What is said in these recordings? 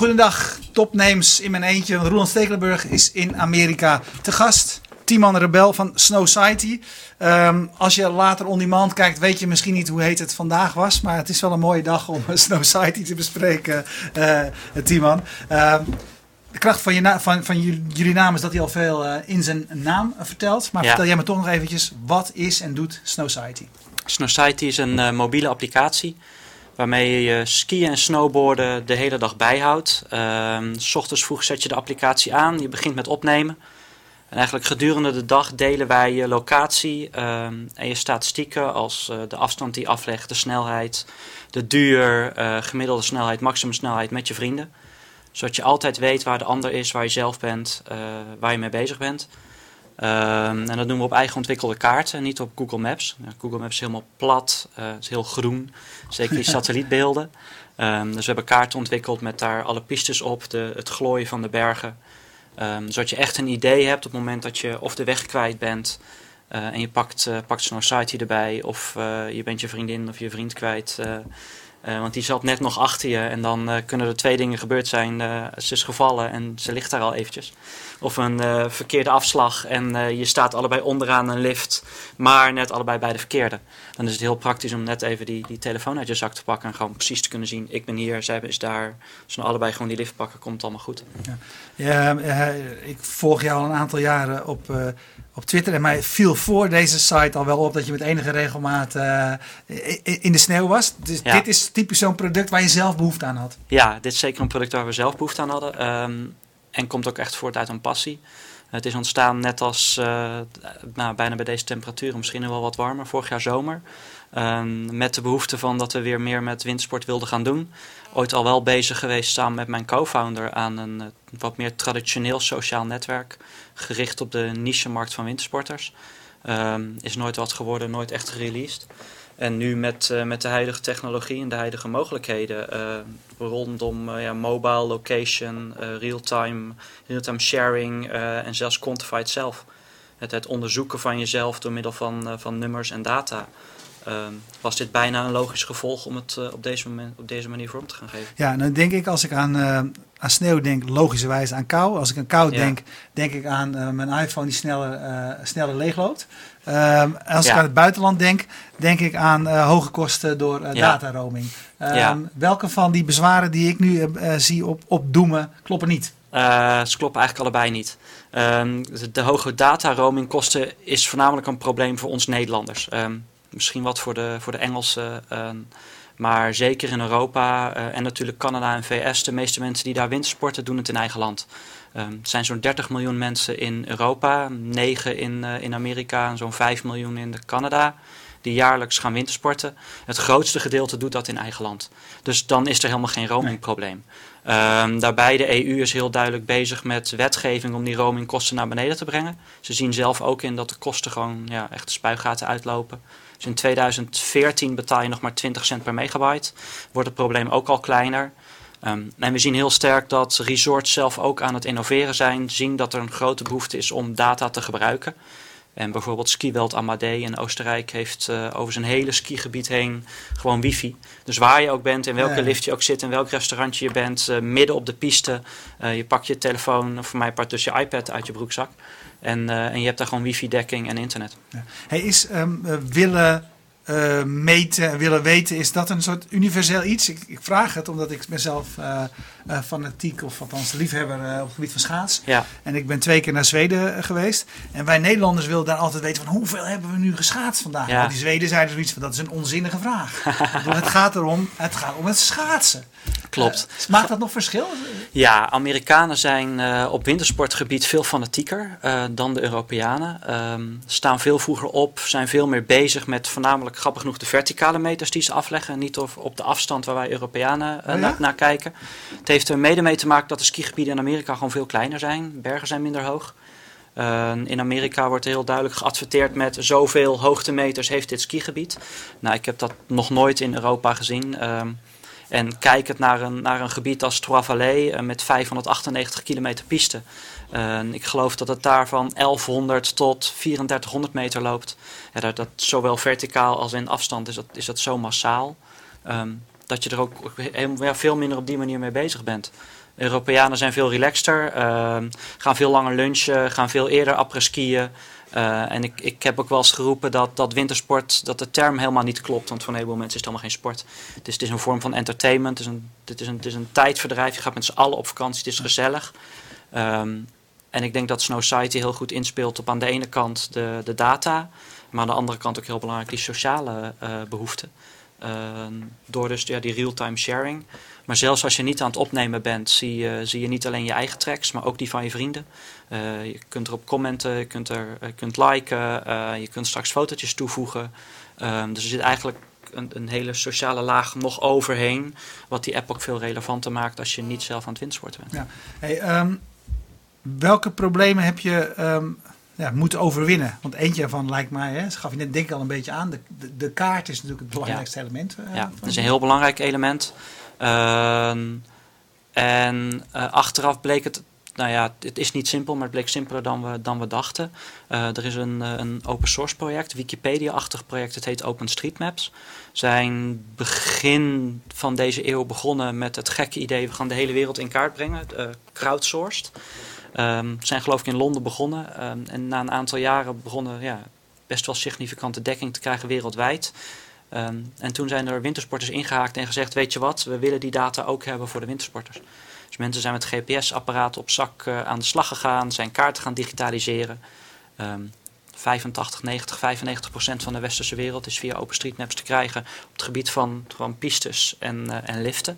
Goedendag, topnames in mijn eentje. Roland Stekelenburg is in Amerika te gast. Timman Rebel van Snowsiety. Als je later on demand kijkt, weet je misschien niet hoe heet het vandaag was. Maar het is wel een mooie dag om Snowsiety te bespreken, Timman. De kracht van jullie naam is dat hij al veel in zijn naam vertelt. Maar vertel jij me toch nog eventjes, wat is en doet Snowsiety? Snowsiety is een mobiele applicatie waarmee je skiën en snowboarden de hele dag bijhoudt. 's Ochtends vroeg zet je de applicatie aan, je begint met opnemen. En eigenlijk gedurende de dag delen wij je locatie en je statistieken als de afstand die je aflegt, de snelheid, de duur, gemiddelde snelheid, maximumsnelheid met je vrienden. Zodat je altijd weet waar de ander is, waar je zelf bent, waar je mee bezig bent. En dat doen we op eigen ontwikkelde kaarten, niet op Google Maps. Google Maps is helemaal plat, is heel groen, zeker die satellietbeelden. Dus we hebben kaarten ontwikkeld met daar alle pistes op, het glooien van de bergen. Zodat je echt een idee hebt op het moment dat je of de weg kwijt bent en je pakt Snowsiety erbij, of je bent je vriendin of je vriend kwijt. Want die zat net nog achter je en dan kunnen er 2 dingen gebeurd zijn. Ze is gevallen en ze ligt daar al eventjes. Of een verkeerde afslag en je staat allebei onderaan een lift, maar net allebei bij de verkeerde. Dan is het heel praktisch om net even die telefoon uit je zak te pakken en gewoon precies te kunnen zien. Ik ben hier, zij is daar. Als we allebei gewoon die lift pakken, komt het allemaal goed. Ik volg jou al een aantal jaren op Twitter en mij viel voor deze site al wel op dat je met enige regelmaat in de sneeuw was. Dus dit is typisch zo'n product waar je zelf behoefte aan had. Ja, dit is zeker een product waar we zelf behoefte aan hadden. En komt ook echt voort uit een passie. Het is ontstaan net als bijna bij deze temperaturen, misschien wel wat warmer, vorig jaar zomer. Met de behoefte van dat we weer meer met windsport wilden gaan doen. Ooit al wel bezig geweest samen met mijn co-founder aan een wat meer traditioneel sociaal netwerk. Gericht op de niche-markt van wintersporters. Is nooit wat geworden, nooit echt gereleased. En nu met de huidige technologie en de huidige mogelijkheden rondom mobile, location, real-time sharing en zelfs quantified self. Het onderzoeken van jezelf door middel van nummers en data. Was dit bijna een logisch gevolg om het op deze manier vorm te gaan geven. Ja, en dan denk ik als ik aan sneeuw denk, logischerwijs aan kou. Als ik aan kou denk ik aan mijn iPhone die sneller leegloopt. Als ik aan het buitenland denk ik aan hoge kosten door dataroaming. Welke van die bezwaren die ik nu zie opdoemen kloppen niet? Ze kloppen eigenlijk allebei niet. De hoge dataroaming kosten is voornamelijk een probleem voor ons Nederlanders. Misschien wat voor de Engelsen, maar zeker in Europa en natuurlijk Canada en VS. De meeste mensen die daar wintersporten doen het in eigen land. Er zijn zo'n 30 miljoen mensen in Europa, 9 in Amerika en zo'n 5 miljoen in Canada die jaarlijks gaan wintersporten. Het grootste gedeelte doet dat in eigen land. Dus dan is er helemaal geen roamingprobleem. Daarbij de EU is heel duidelijk bezig met wetgeving om die roamingkosten naar beneden te brengen. Ze zien zelf ook in dat de kosten gewoon echt de spuigaten uitlopen. Dus in 2014 betaal je nog maar 20 cent per megabyte. Wordt het probleem ook al kleiner. En we zien heel sterk dat resorts zelf ook aan het innoveren zijn. Zien dat er een grote behoefte is om data te gebruiken. En bijvoorbeeld Skiwelt Amadee in Oostenrijk heeft over zijn hele skigebied heen gewoon wifi. Dus waar je ook bent, in welke lift je ook zit, in welk restaurantje je bent, midden op de piste. Je pakt je telefoon, of voor mij part dus je iPad uit je broekzak. En je hebt daar gewoon wifi-dekking en internet. Ja. Is willen weten, is dat een soort universeel iets? Ik vraag het omdat ik ben zelf fanatiek of althans liefhebber op het gebied van schaats. Ja. En ik ben 2 keer naar Zweden geweest. En wij Nederlanders willen daar altijd weten van hoeveel hebben we nu geschaatst vandaag? Ja. Die Zweden zeiden zoiets van dat is een onzinnige vraag. Het gaat om het schaatsen. Klopt. Maakt dat nog verschil? Ja, Amerikanen zijn op wintersportgebied veel fanatieker dan de Europeanen. Staan veel vroeger op, zijn veel meer bezig met voornamelijk grappig genoeg de verticale meters die ze afleggen. Niet op de afstand waar wij Europeanen naar kijken. Het heeft er mede mee te maken dat de skigebieden in Amerika gewoon veel kleiner zijn. Bergen zijn minder hoog. In Amerika wordt er heel duidelijk geadverteerd met zoveel hoogtemeters heeft dit skigebied. Nou, ik heb dat nog nooit in Europa gezien. En kijkend naar een gebied als Trois-Vallées met 598 kilometer piste. Ik geloof dat het daar van 1100 tot 3400 meter loopt. Ja, dat zowel verticaal als in afstand is dat zo massaal. Dat je er ook veel minder op die manier mee bezig bent. Europeanen zijn veel relaxter, gaan veel langer lunchen, gaan veel eerder après-skiën. En ik heb ook wel eens geroepen dat wintersport, dat de term helemaal niet klopt. Want voor een heleboel mensen is het helemaal geen sport. Het is een vorm van entertainment, het is een tijdverdrijf. Je gaat met z'n allen op vakantie, het is gezellig. En ik denk dat Snowsighty heel goed inspeelt op aan de ene kant de data, maar aan de andere kant ook heel belangrijk die sociale behoeften. Door dus die real-time sharing. Maar zelfs als je niet aan het opnemen bent, zie je niet alleen je eigen tracks, maar ook die van je vrienden. Je kunt erop commenten, je kunt liken, je kunt straks fotootjes toevoegen. Dus er zit eigenlijk een hele sociale laag nog overheen, wat die app ook veel relevanter maakt als je niet zelf aan het windsporten bent. Ja. Hey, welke problemen heb je moeten overwinnen? Want eentje ervan lijkt mij, hè, gaf je net denk ik al een beetje aan, de kaart is natuurlijk het belangrijkste element. Dat is een heel belangrijk element. Achteraf bleek het, het is niet simpel, maar het bleek simpeler dan we dachten. Er is een open source project, Wikipedia-achtig project, het heet OpenStreetMaps. Zijn begin van deze eeuw begonnen met het gekke idee, we gaan de hele wereld in kaart brengen, crowdsourced. Zijn geloof ik in Londen begonnen en na een aantal jaren begonnen best wel significante dekking te krijgen wereldwijd. En toen zijn er wintersporters ingehaakt en gezegd, weet je wat, we willen die data ook hebben voor de wintersporters. Dus mensen zijn met GPS-apparaten op zak aan de slag gegaan, zijn kaarten gaan digitaliseren. 85, 90, 95% van de westerse wereld is via OpenStreetMaps te krijgen op het gebied van pistes en liften.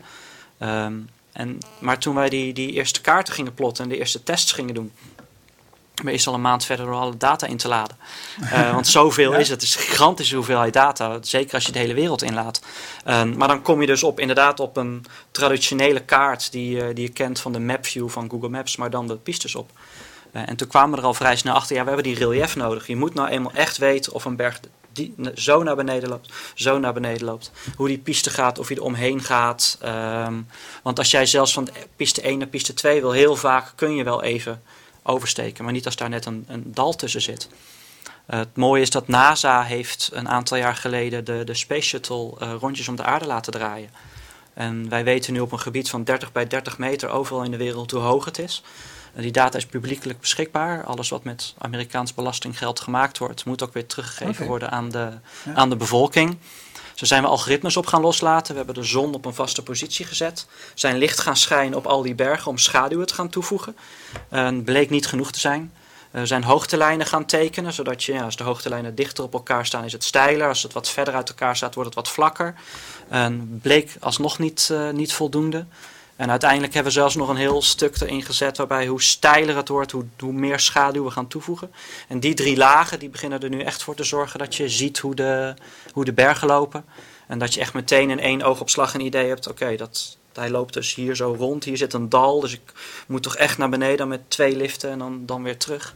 Maar toen wij die eerste kaarten gingen plotten en de eerste tests gingen doen, maar is al een maand verder door alle data in te laden. Want zoveel is het. Het is een gigantische hoeveelheid data. Zeker als je de hele wereld inlaat. Maar dan kom je dus inderdaad op een traditionele kaart die je kent van de mapview van Google Maps, maar dan de pistes op. En toen kwamen we er al vrij snel achter, we hebben die relief nodig. Je moet nou eenmaal echt weten of een berg zo naar beneden loopt, zo naar beneden loopt. Hoe die piste gaat, of je er omheen gaat. Want als jij zelfs van piste 1 naar piste 2 wil, heel vaak kun je wel even oversteken, maar niet als daar net een dal tussen zit. Het mooie is dat NASA heeft een aantal jaar geleden de Space Shuttle rondjes om de aarde laten draaien. En wij weten nu op een gebied van 30 bij 30 meter overal in de wereld hoe hoog het is. Die data is publiekelijk beschikbaar. Alles wat met Amerikaans belastinggeld gemaakt wordt, moet ook weer teruggegeven worden aan de bevolking. Zo zijn we algoritmes op gaan loslaten. We hebben de zon op een vaste positie gezet. Zijn licht gaan schijnen op al die bergen om schaduwen te gaan toevoegen. Bleek niet genoeg te zijn. We zijn hoogtelijnen gaan tekenen, zodat je, als de hoogtelijnen dichter op elkaar staan, is het steiler. Als het wat verder uit elkaar staat, wordt het wat vlakker. Bleek alsnog niet voldoende. En uiteindelijk hebben we zelfs nog een heel stuk erin gezet waarbij hoe steiler het wordt, hoe meer schaduw we gaan toevoegen. En die 3 lagen die beginnen er nu echt voor te zorgen dat je ziet hoe de bergen lopen. En dat je echt meteen in 1 oogopslag een idee hebt, hij loopt dus hier zo rond, hier zit een dal, dus ik moet toch echt naar beneden met 2 liften en dan weer terug.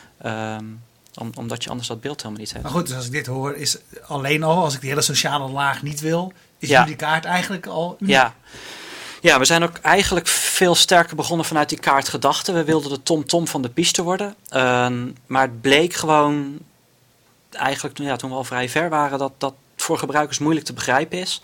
Omdat je anders dat beeld helemaal niet hebt. Maar goed, dus als ik dit hoor, is alleen al, als ik die hele sociale laag niet wil, is jullie kaart eigenlijk al uniek. Ja, we zijn ook eigenlijk veel sterker begonnen vanuit die kaartgedachte. We wilden de TomTom van de piste worden. Maar het bleek gewoon eigenlijk toen we al vrij ver waren dat voor gebruikers moeilijk te begrijpen is.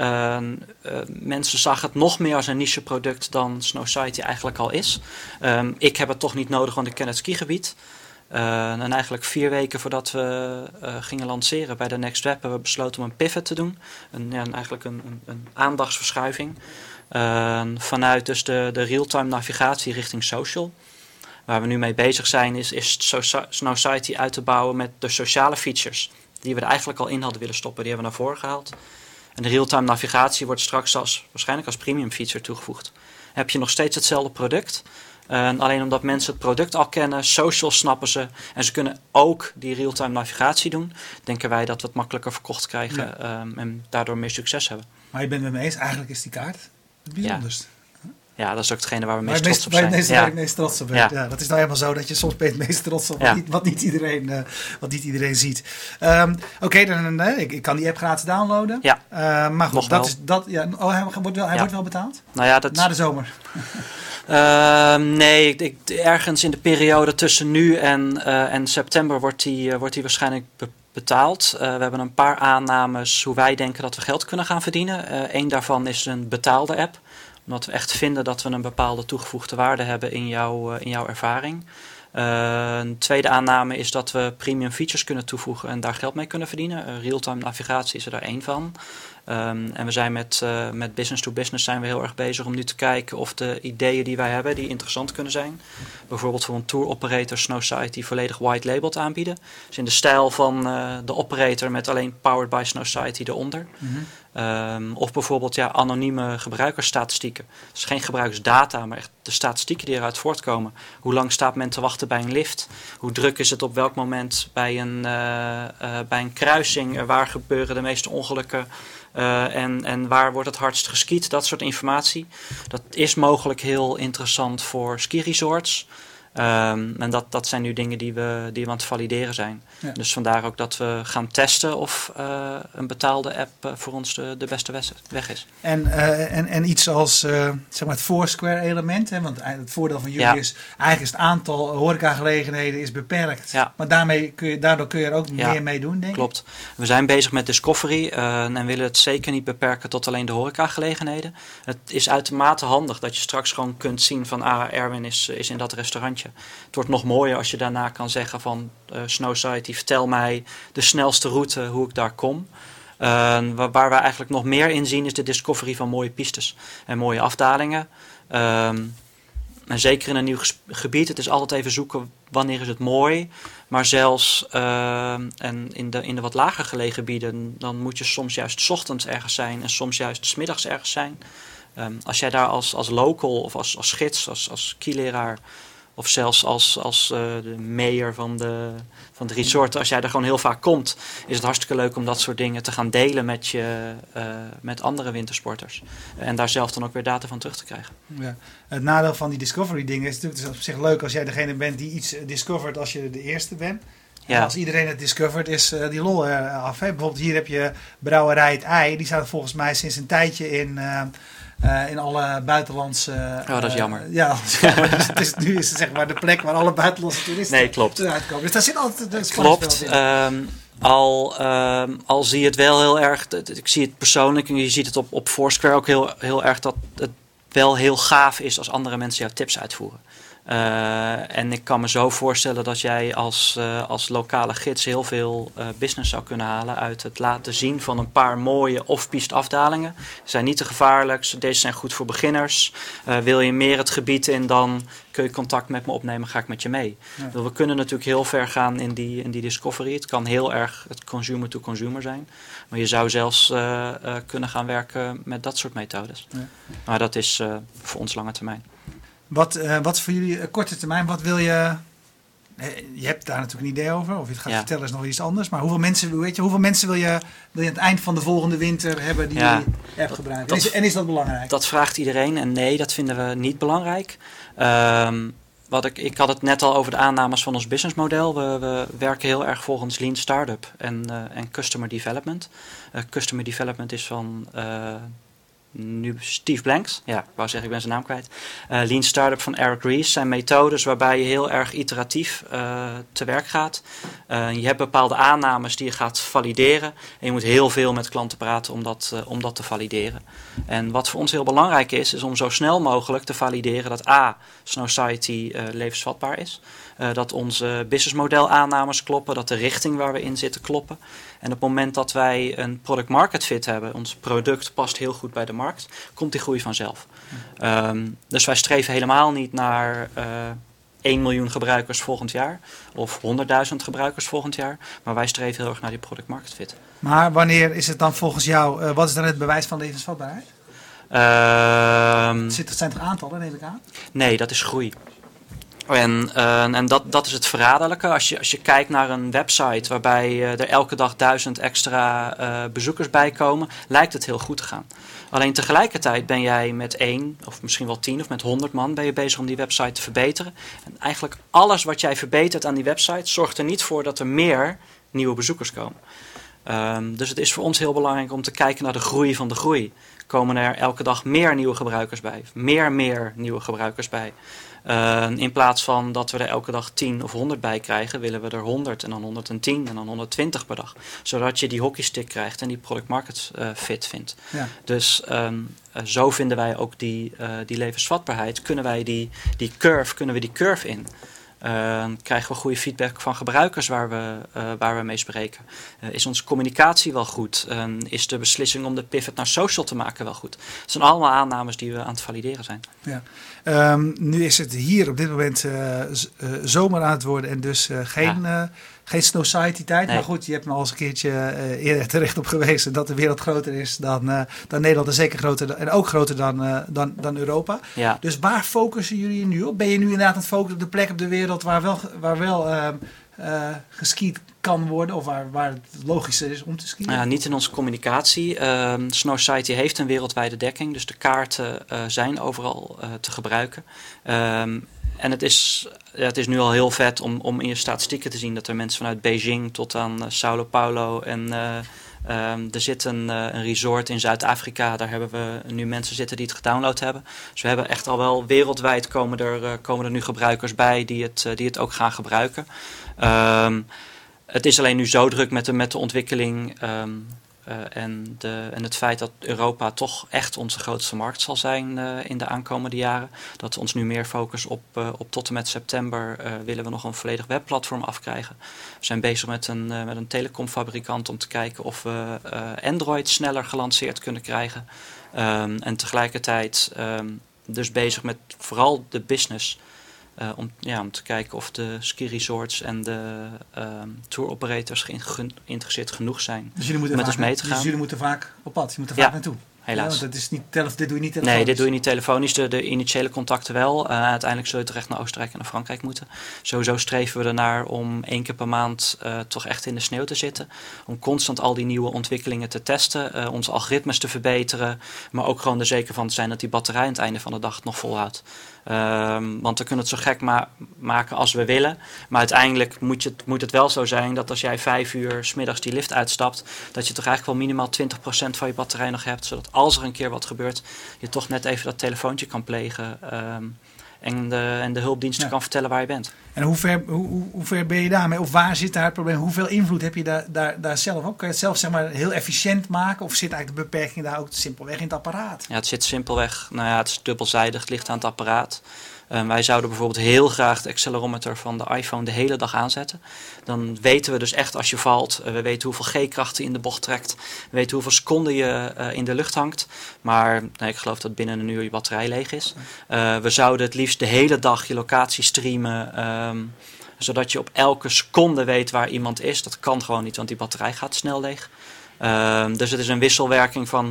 Mensen zagen het nog meer als een niche product dan Snowsighty eigenlijk al is. Ik heb het toch niet nodig, want ik ken het skigebied. En eigenlijk 4 weken voordat we gingen lanceren bij de Next Web hebben we besloten om een pivot te doen. Eigenlijk een aandachtsverschuiving. Vanuit dus de real-time navigatie richting social. Waar we nu mee bezig zijn is Snowsighty uit te bouwen met de sociale features die we er eigenlijk al in hadden willen stoppen. Die hebben we naar voren gehaald. En de real-time navigatie wordt straks waarschijnlijk als premium feature toegevoegd. Heb je nog steeds hetzelfde product. Alleen omdat mensen het product al kennen, social snappen ze en ze kunnen ook die real-time navigatie doen, denken wij dat we het makkelijker verkocht krijgen en daardoor meer succes hebben. Maar je bent het mee eens, eigenlijk is die kaart het bijzonderst. Ja, dat is ook hetgene waar we meest trots op zijn. Waar ik meest trots op ben. Ja, dat is nou helemaal zo dat je soms ben je het meest trots op wat niet iedereen ziet. Oké, dan ik kan die app gratis downloaden. Ja, maar goed, hij wordt wel betaald? Nou ja, na de zomer. Nee, ergens in de periode tussen nu en september wordt die waarschijnlijk betaald. We hebben een paar aannames hoe wij denken dat we geld kunnen gaan verdienen. Eén daarvan is een betaalde app. Omdat we echt vinden dat we een bepaalde toegevoegde waarde hebben in jouw ervaring. Een tweede aanname is dat we premium features kunnen toevoegen en daar geld mee kunnen verdienen. Real-time navigatie is er daar één van. En we zijn met business to business zijn we heel erg bezig om nu te kijken of de ideeën die wij hebben, die interessant kunnen zijn. Bijvoorbeeld voor een tour operator Snowsight volledig white labeled aanbieden. Dus in de stijl van de operator met alleen powered by Snowsight eronder. Of bijvoorbeeld anonieme gebruikersstatistieken. Dus geen gebruikersdata, maar echt de statistieken die eruit voortkomen. Hoe lang staat men te wachten bij een lift? Hoe druk is het op welk moment bij een kruising? Waar gebeuren de meeste ongelukken? En waar wordt het hardst geskiet? Dat soort informatie. Dat is mogelijk heel interessant voor ski-resorts. En dat zijn nu dingen die we aan het valideren zijn. Ja. Dus vandaar ook dat we gaan testen of een betaalde app voor ons de beste weg is. En iets als zeg maar het Foursquare element. Hè? Want het voordeel van jullie is eigenlijk is het aantal horecagelegenheden is beperkt. Ja. Maar daardoor kun je er ook meer mee doen, denk ik. Klopt. We zijn bezig met Discovery en willen het zeker niet beperken tot alleen de horecagelegenheden. Het is uitermate handig dat je straks gewoon kunt zien van Erwin is in dat restaurantje. Het wordt nog mooier als je daarna kan zeggen van Snowsight, vertel mij de snelste route hoe ik daar kom. Waar we eigenlijk nog meer in zien is de discovery van mooie pistes en mooie afdalingen. En zeker in een nieuw gebied, het is altijd even zoeken wanneer is het mooi. Maar zelfs en in de wat lager gelegen gebieden, dan moet je soms juist 's ochtends ergens zijn en soms juist 's middags ergens zijn. Als jij daar als local of als gids, als skileraar of zelfs als de mayor van de resort, als jij er gewoon heel vaak komt, is het hartstikke leuk om dat soort dingen te gaan delen met andere wintersporters. En daar zelf dan ook weer data van terug te krijgen. Ja. Het nadeel van die discovery dingen is natuurlijk, het is op zich leuk als jij degene bent die iets discovert als je de eerste bent. Ja. Als iedereen het discovert is die lol af. Hè? Bijvoorbeeld hier heb je Brouwerij Het Ei. Die staat volgens mij sinds een tijdje in alle buitenlandse... dat is jammer. Dus nu is het zeg maar de plek waar alle buitenlandse toeristen eruit komen. Dus daar zit altijd een klopt. Al zie je het wel heel erg... Ik zie het persoonlijk en je ziet het op Foursquare ook heel erg dat het wel heel gaaf is als andere mensen jouw tips uitvoeren. En ik kan me zo voorstellen dat jij als lokale gids heel veel business zou kunnen halen uit het laten zien van een paar mooie off-piste afdalingen. Ze zijn niet te gevaarlijk, deze zijn goed voor beginners. Wil je meer het gebied in, dan kun je contact met me opnemen, ga ik met je mee. Ja. We kunnen natuurlijk heel ver gaan in die discovery. Het kan heel erg het consumer-to-consumer zijn. Maar je zou zelfs kunnen gaan werken met dat soort methodes. Ja. Maar dat is voor ons lange termijn. Wat voor jullie korte termijn, wat wil je... Je hebt daar natuurlijk een idee over, of je het gaat vertellen is nog iets anders. Maar hoeveel mensen wil je aan het eind van de volgende winter hebben die jullie app gebruiken? En is dat belangrijk? Dat vraagt iedereen en nee, dat vinden we niet belangrijk. Ik had het net al over de aannames van ons businessmodel. We werken heel erg volgens Lean Startup en Customer Development. Customer Development is van... nu Steve Blanks, ik wou zeggen, ik ben zijn naam kwijt. Lean Startup van Eric Ries zijn methodes waarbij je heel erg iteratief te werk gaat. Je hebt bepaalde aannames die je gaat valideren. En je moet heel veel met klanten praten om dat te valideren. En wat voor ons heel belangrijk is om zo snel mogelijk te valideren dat Snowsight levensvatbaar is. Dat onze businessmodel aannames kloppen, dat de richting waar we in zitten kloppen. En op het moment dat wij een product market fit hebben, ons product past heel goed bij de markt, komt die groei vanzelf. Dus wij streven helemaal niet naar 1 miljoen gebruikers volgend jaar of 100.000 gebruikers volgend jaar, maar wij streven heel erg naar die product market fit. Maar wanneer is het dan volgens jou, wat is dan het bewijs van levensvatbaarheid? Het zijn toch aantallen, neem ik aan? Nee, dat is groei. En dat is het verraderlijke. Als je kijkt naar een website waarbij er elke dag 1000 extra bezoekers bij komen, lijkt het heel goed te gaan. Alleen tegelijkertijd ben jij met 1 of misschien wel 10 of met 100 man ben je bezig om die website te verbeteren. En eigenlijk alles wat jij verbetert aan die website zorgt er niet voor dat er meer nieuwe bezoekers komen. Dus het is voor ons heel belangrijk om te kijken naar de groei van de groei. Komen er elke dag meer nieuwe gebruikers bij? Meer nieuwe gebruikers bij? In plaats van dat we er elke dag 10 of 100 bij krijgen, willen we er 100 en dan 110 en dan 120 per dag. Zodat je die hockeystick krijgt en die product market fit vindt. Ja. Dus zo vinden wij ook die levensvatbaarheid. Kunnen wij die curve in? Krijgen we goede feedback van gebruikers waar we mee spreken? Is onze communicatie wel goed? Is de beslissing om de pivot naar social te maken wel goed? Het zijn allemaal aannames die we aan het valideren zijn. Ja. Nu is het hier op dit moment zomer aan het worden en dus geen Snow Society tijd. Nee. Maar goed, je hebt me al eens een keertje eerder terecht op gewezen dat de wereld groter is dan Nederland en zeker groter en ook groter dan Europa. Ja. Dus waar focussen jullie nu op? Ben je nu inderdaad aan het focussen op de plek op de wereld waar wel geskiet kan worden of waar het logischer is om te skiën? Ja, niet in onze communicatie. Snow Society heeft een wereldwijde dekking, dus de kaarten zijn overal te gebruiken. En het is nu al heel vet om in je statistieken te zien dat er mensen vanuit Beijing tot aan Sao Paulo en er zit een resort in Zuid-Afrika. Daar hebben we nu mensen zitten die het gedownload hebben. Dus we hebben echt al wel wereldwijd komen er nu gebruikers bij die het ook gaan gebruiken. Het is alleen nu zo druk met de ontwikkeling en het feit dat Europa toch echt onze grootste markt zal zijn in de aankomende jaren. Dat we ons nu meer focussen op tot en met september willen we nog een volledig webplatform afkrijgen. We zijn bezig met een telecomfabrikant om te kijken of we Android sneller gelanceerd kunnen krijgen. En tegelijkertijd dus bezig met vooral de business. Om te kijken of de ski resorts en de tour operators geïnteresseerd genoeg zijn met ons mee te gaan. Dus jullie moeten vaak op pad, je moet er vaak naartoe. Helaas. Ja, dat is niet, dit doe je niet telefonisch? Nee, dit doe je niet telefonisch. De initiële contacten wel. Uiteindelijk zul je terecht naar Oostenrijk en naar Frankrijk moeten. Sowieso streven we ernaar om 1 keer per maand toch echt in de sneeuw te zitten. Om constant al die nieuwe ontwikkelingen te testen. Onze algoritmes te verbeteren. Maar ook gewoon er zeker van te zijn dat die batterij aan het einde van de dag het nog volhoudt. Want we kunnen het zo gek maken als we willen. Maar uiteindelijk moet het wel zo zijn dat als jij 5 uur 's middags die lift uitstapt, dat je toch eigenlijk wel minimaal 20% van je batterij nog hebt. Zodat als er een keer wat gebeurt, je toch net even dat telefoontje kan plegen. En de hulpdiensten kan vertellen waar je bent. En hoe ver ben je daarmee? Of waar zit daar het probleem? Hoeveel invloed heb je daar zelf op? Kan je het zelf zeg maar heel efficiënt maken? Of zit eigenlijk de beperking daar ook simpelweg in het apparaat? Ja, het zit simpelweg. Het is dubbelzijdig. Het ligt aan het apparaat. Wij zouden bijvoorbeeld heel graag de accelerometer van de iPhone de hele dag aanzetten. Dan weten we dus echt als je valt. We weten hoeveel G-krachten in de bocht trekt. We weten hoeveel seconden je in de lucht hangt. Maar ik geloof dat binnen een uur je batterij leeg is. We zouden het liefst de hele dag je locatie streamen. Zodat je op elke seconde weet waar iemand is. Dat kan gewoon niet, want die batterij gaat snel leeg. Dus het is een wisselwerking van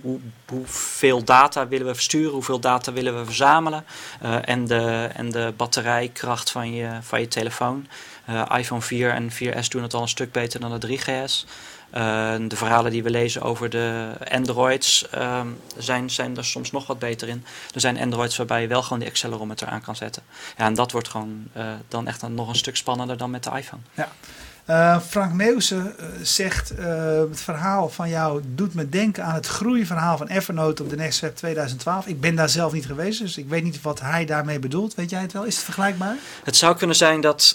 hoeveel data willen we versturen, hoeveel data willen we verzamelen en de batterijkracht van je telefoon. iPhone 4 en 4S doen het al een stuk beter dan de 3GS. De verhalen die we lezen over de Androids zijn er soms nog wat beter in. Er zijn Androids waarbij je wel gewoon die accelerometer aan kan zetten. Ja, en dat wordt gewoon dan echt nog een stuk spannender dan met de iPhone. Ja. Frank Meeuwse zegt, het verhaal van jou doet me denken aan het groeiverhaal van Evernote op de Next Web 2012. Ik ben daar zelf niet geweest, dus ik weet niet wat hij daarmee bedoelt. Weet jij het wel? Is het vergelijkbaar? Het zou kunnen zijn dat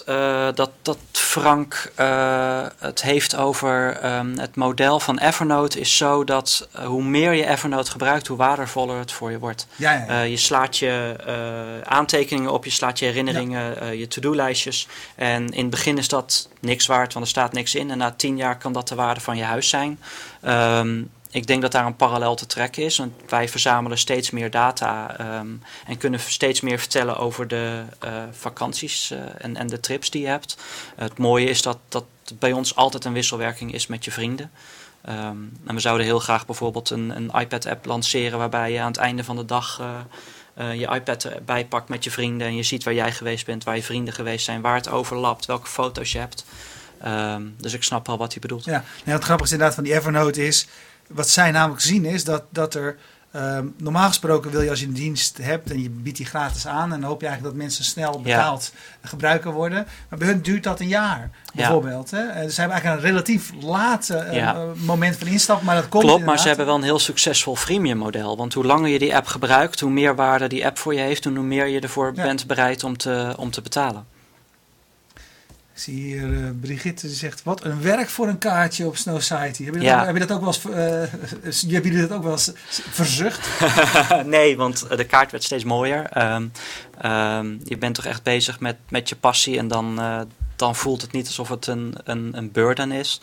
Frank het heeft over het model van Evernote is zo dat hoe meer je Evernote gebruikt, hoe waardevoller het voor je wordt. Ja. Je slaat je aantekeningen op, je slaat je herinneringen, je to-do-lijstjes. En in het begin is dat niks waard, want er staat niks in. En na 10 jaar kan dat de waarde van je huis zijn. Ik denk dat daar een parallel te trekken is. Want wij verzamelen steeds meer data en kunnen steeds meer vertellen over de vakanties en de trips die je hebt. Het mooie is dat bij ons altijd een wisselwerking is met je vrienden. En we zouden heel graag bijvoorbeeld een iPad-app lanceren waarbij je aan het einde van de dag je iPad erbij pakt met je vrienden en je ziet waar jij geweest bent, waar je vrienden geweest zijn, waar het overlapt, welke foto's je hebt. Dus ik snap wel wat hij bedoelt. Ja, het grappige is inderdaad van die Evernote is, wat zij namelijk zien is dat er Normaal gesproken wil je als je een dienst hebt en je biedt die gratis aan en dan hoop je eigenlijk dat mensen snel betaald gebruiker worden. Maar bij hun duurt dat een jaar bijvoorbeeld. Hè? Dus ze hebben eigenlijk een relatief laat moment van instap, maar dat komt Klopt, maar ze hebben wel een heel succesvol freemium model. Want hoe langer je die app gebruikt, hoe meer waarde die app voor je heeft en hoe meer je ervoor bent bereid om te betalen. Ik zie hier Brigitte die zegt, wat een werk voor een kaartje op Snowsighty. Heb je dat ook wel eens, hebben jullie dat ook wel eens verzucht? Nee, want de kaart werd steeds mooier. Je bent toch echt bezig met je passie en dan voelt het niet alsof het een burden is.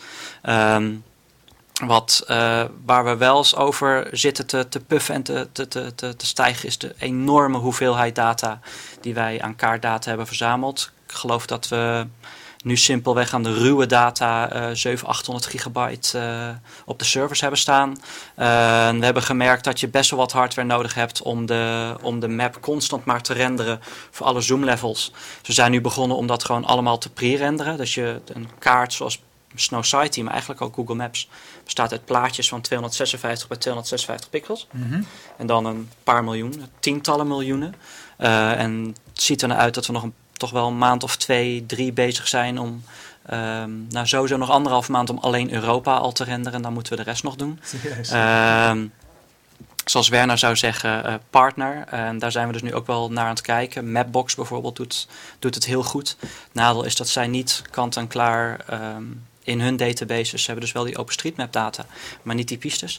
Waar we wel eens over zitten te puffen en te stijgen is de enorme hoeveelheid data die wij aan kaartdata hebben verzameld. Ik geloof dat we nu simpelweg aan de ruwe data 700-800 gigabyte op de servers hebben staan. We hebben gemerkt dat je best wel wat hardware nodig hebt om de map constant maar te renderen voor alle zoom levels. Dus we zijn nu begonnen om dat gewoon allemaal te pre-renderen. Dus je een kaart zoals Snowsighty, maar eigenlijk ook Google Maps, bestaat uit plaatjes van 256 bij 256 pixels. Mm-hmm. En dan een paar miljoen, tientallen miljoenen. En het ziet er naar uit dat we nog toch wel een maand of 2, 3 bezig zijn om sowieso nog 1,5 maand om alleen Europa al te renderen. En dan moeten we de rest nog doen. Zoals Werner zou zeggen, partner. Daar zijn we dus nu ook wel naar aan het kijken. Mapbox bijvoorbeeld doet het heel goed. Het nadeel is dat zij niet kant en klaar in hun databases. Ze hebben dus wel die OpenStreetMap data, maar niet die pistes.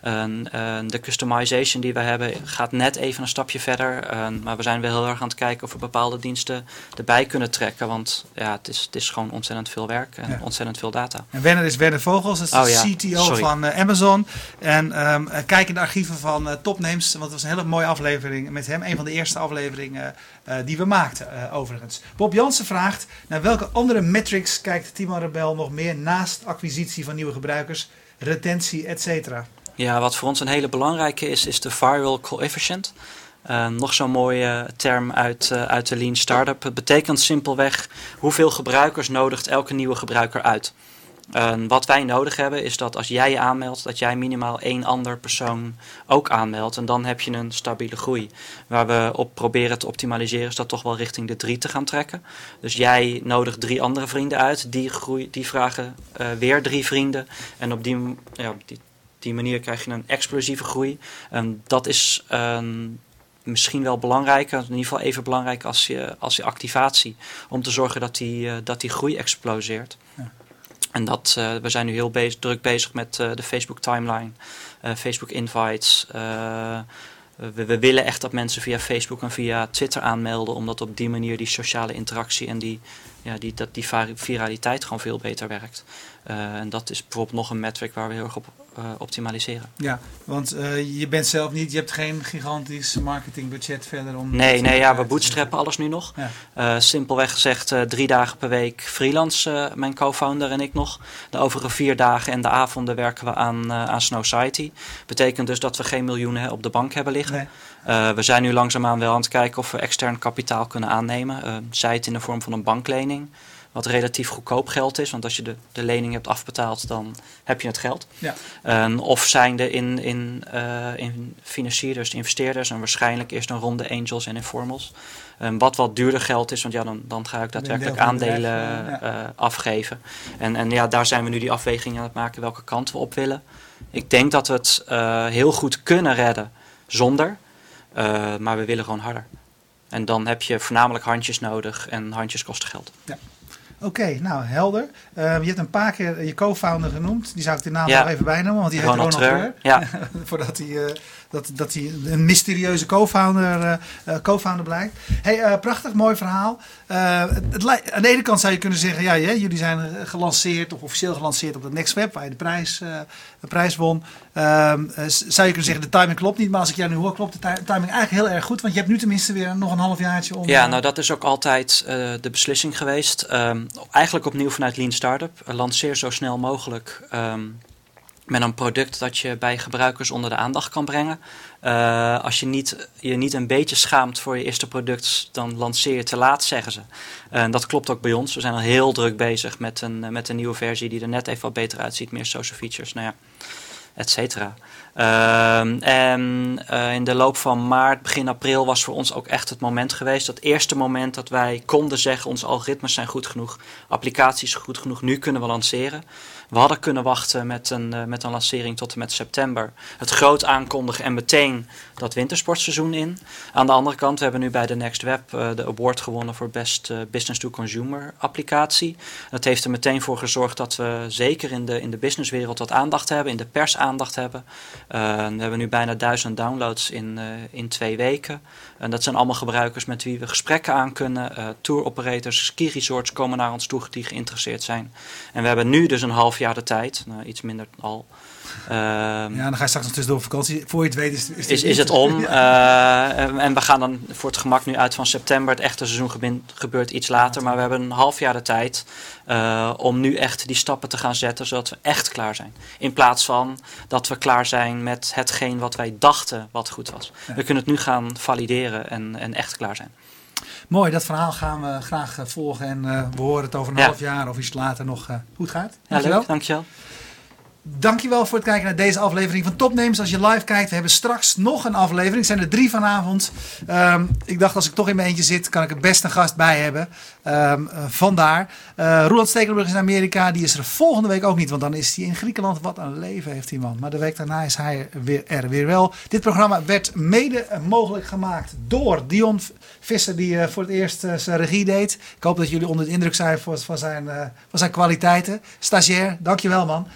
De customization die we hebben gaat net even een stapje verder. Maar we zijn wel heel erg aan het kijken of we bepaalde diensten erbij kunnen trekken. Want het is gewoon ontzettend veel werk en ontzettend veel data. En Werner is Werner Vogels, dat is de CTO van Amazon. En kijk in de archieven van Topnames, want het was een hele mooie aflevering met hem. Een van de eerste afleveringen die we maakten overigens. Bob Jansen vraagt, naar welke andere metrics kijkt Timon Rebel nog meer naast acquisitie van nieuwe gebruikers, retentie, etc.? Ja, wat voor ons een hele belangrijke is de viral coefficient. Nog zo'n mooie term uit de Lean Startup. Het betekent simpelweg hoeveel gebruikers nodigt elke nieuwe gebruiker uit. Wat wij nodig hebben is dat als jij je aanmeldt, dat jij minimaal 1 ander persoon ook aanmeldt. En dan heb je een stabiele groei. Waar we op proberen te optimaliseren is dat toch wel richting de 3 te gaan trekken. Dus jij nodigt 3 andere vrienden uit. Die vragen weer 3 vrienden. En op die manier krijg je een explosieve groei. Dat is misschien wel belangrijker, in ieder geval even belangrijk als je activatie. Om te zorgen dat die groei exploseert. Ja. En we zijn nu heel druk bezig met de Facebook timeline, Facebook invites. We willen echt dat mensen via Facebook en via Twitter aanmelden, omdat op die manier die sociale interactie en die viraliteit gewoon veel beter werkt. En dat is bijvoorbeeld nog een metric waar we heel erg op optimaliseren. Ja, want je bent zelf niet, je hebt geen gigantisch marketingbudget verder om... we bootstrappen alles nu nog. Ja. Simpelweg gezegd 3 dagen per week freelance, mijn co-founder en ik nog. De overige 4 dagen en de avonden werken we aan Snowsighty. Betekent dus dat we geen miljoenen op de bank hebben liggen. Nee. We zijn nu langzaamaan wel aan het kijken of we extern kapitaal kunnen aannemen. Zij het in de vorm van een banklening. Wat relatief goedkoop geld is. Want als je de lening hebt afbetaald, dan heb je het geld. Ja. Of zijnde in financierders, investeerders. En waarschijnlijk eerst een ronde angels en informals. Wat duurder geld is. Want dan ga ik daadwerkelijk aandelen afgeven. En daar zijn we nu die afweging aan het maken welke kant we op willen. Ik denk dat we het heel goed kunnen redden zonder. Maar we willen gewoon harder. En dan heb je voornamelijk handjes nodig. En handjes kosten geld. Ja. Oké, nou helder. Je hebt een paar keer je co-founder genoemd. Die zou ik de naam nog even bijnoemen, want die heet Ronald Treur. Ja. Voordat hij dat hij een mysterieuze co-founder blijkt. Hey, prachtig, mooi verhaal. Aan de ene kant zou je kunnen zeggen, jullie zijn gelanceerd of officieel gelanceerd op de Next Web, waar je de prijs won. Zou je kunnen zeggen, de timing klopt niet, maar als ik jou nu hoor, klopt de timing eigenlijk heel erg goed, want je hebt nu tenminste weer nog een halfjaartje om... Ja, nou dat is ook altijd de beslissing geweest. Eigenlijk opnieuw vanuit Lean Startup. Lanceer zo snel mogelijk met een product dat je bij gebruikers onder de aandacht kan brengen. Als je niet een beetje schaamt voor je eerste product, dan lanceer je te laat, zeggen ze. Dat klopt ook bij ons. We zijn al heel druk bezig met een nieuwe versie die er net even wat beter uitziet. Meer social features. Nou ja. et cetera. In de loop van maart, begin april was voor ons ook echt het moment geweest. Dat eerste moment dat wij konden zeggen, onze algoritmes zijn goed genoeg, applicaties goed genoeg, nu kunnen we lanceren. We hadden kunnen wachten met een lancering tot en met september. Het groot aankondigen en meteen dat wintersportseizoen in. Aan de andere kant, we hebben nu bij de Next Web de award gewonnen voor Best Business to Consumer applicatie. Dat heeft er meteen voor gezorgd dat we zeker in de businesswereld wat aandacht hebben, in de pers aandacht hebben. We hebben nu bijna 1000 downloads in 2 weken. En dat zijn allemaal gebruikers met wie we gesprekken aan kunnen. Tour operators, ski resorts komen naar ons toe die geïnteresseerd zijn. En we hebben nu dus een half jaar de tijd, iets minder al. Ja, dan ga je straks nog tussendoor op vakantie. Voor je het weet is het om. En we gaan dan voor het gemak nu uit van september. Het echte seizoen gebeurt iets later. Maar we hebben een half jaar de tijd om nu echt die stappen te gaan zetten. Zodat we echt klaar zijn. In plaats van dat we klaar zijn met hetgeen wat wij dachten wat goed was. Ja. We kunnen het nu gaan valideren en echt klaar zijn. Mooi, dat verhaal gaan we graag volgen. En we horen het over een half jaar of iets later nog hoe het gaat. Dankjewel. Ja, leuk. Dankjewel. Dankjewel voor het kijken naar deze aflevering van Topnames. Als je live kijkt, we hebben straks nog een aflevering. Er zijn er 3 vanavond. Ik dacht, als ik toch in mijn eentje zit, kan ik er best een gast bij hebben. Vandaar. Roeland Stekelenburg is in Amerika. Die is er volgende week ook niet, want dan is hij in Griekenland. Wat een leven heeft die man. Maar de week daarna is hij er weer wel. Dit programma werd mede mogelijk gemaakt door Dion Visser, die voor het eerst zijn regie deed. Ik hoop dat jullie onder de indruk zijn van zijn kwaliteiten. Stagiair, dankjewel man.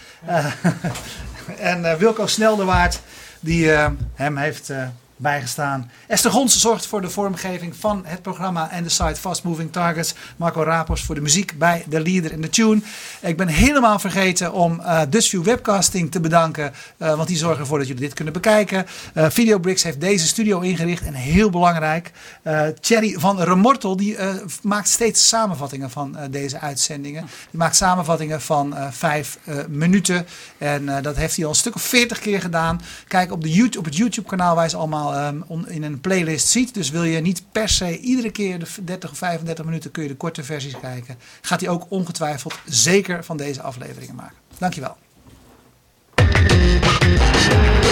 En Wilco Snelderwaard, die hem heeft bijgestaan. Esther Gons zorgt voor de vormgeving van het programma en de site Fast Moving Targets. Marco Rapos voor de muziek bij The Leader in the Tune. Ik ben helemaal vergeten om Dutchview Webcasting te bedanken, want die zorgen ervoor dat jullie dit kunnen bekijken. Videobricks heeft deze studio ingericht en heel belangrijk. Thierry van Remortel, die maakt steeds samenvattingen van deze uitzendingen. Die maakt samenvattingen van 5 minuten en dat heeft hij al een stuk of 40 keer gedaan. Kijk op het YouTube kanaal waar ze allemaal in een playlist ziet. Dus wil je niet per se iedere keer de 30 of 35 minuten kun je de korte versies kijken. Gaat hij ook ongetwijfeld zeker van deze afleveringen maken. Dankjewel.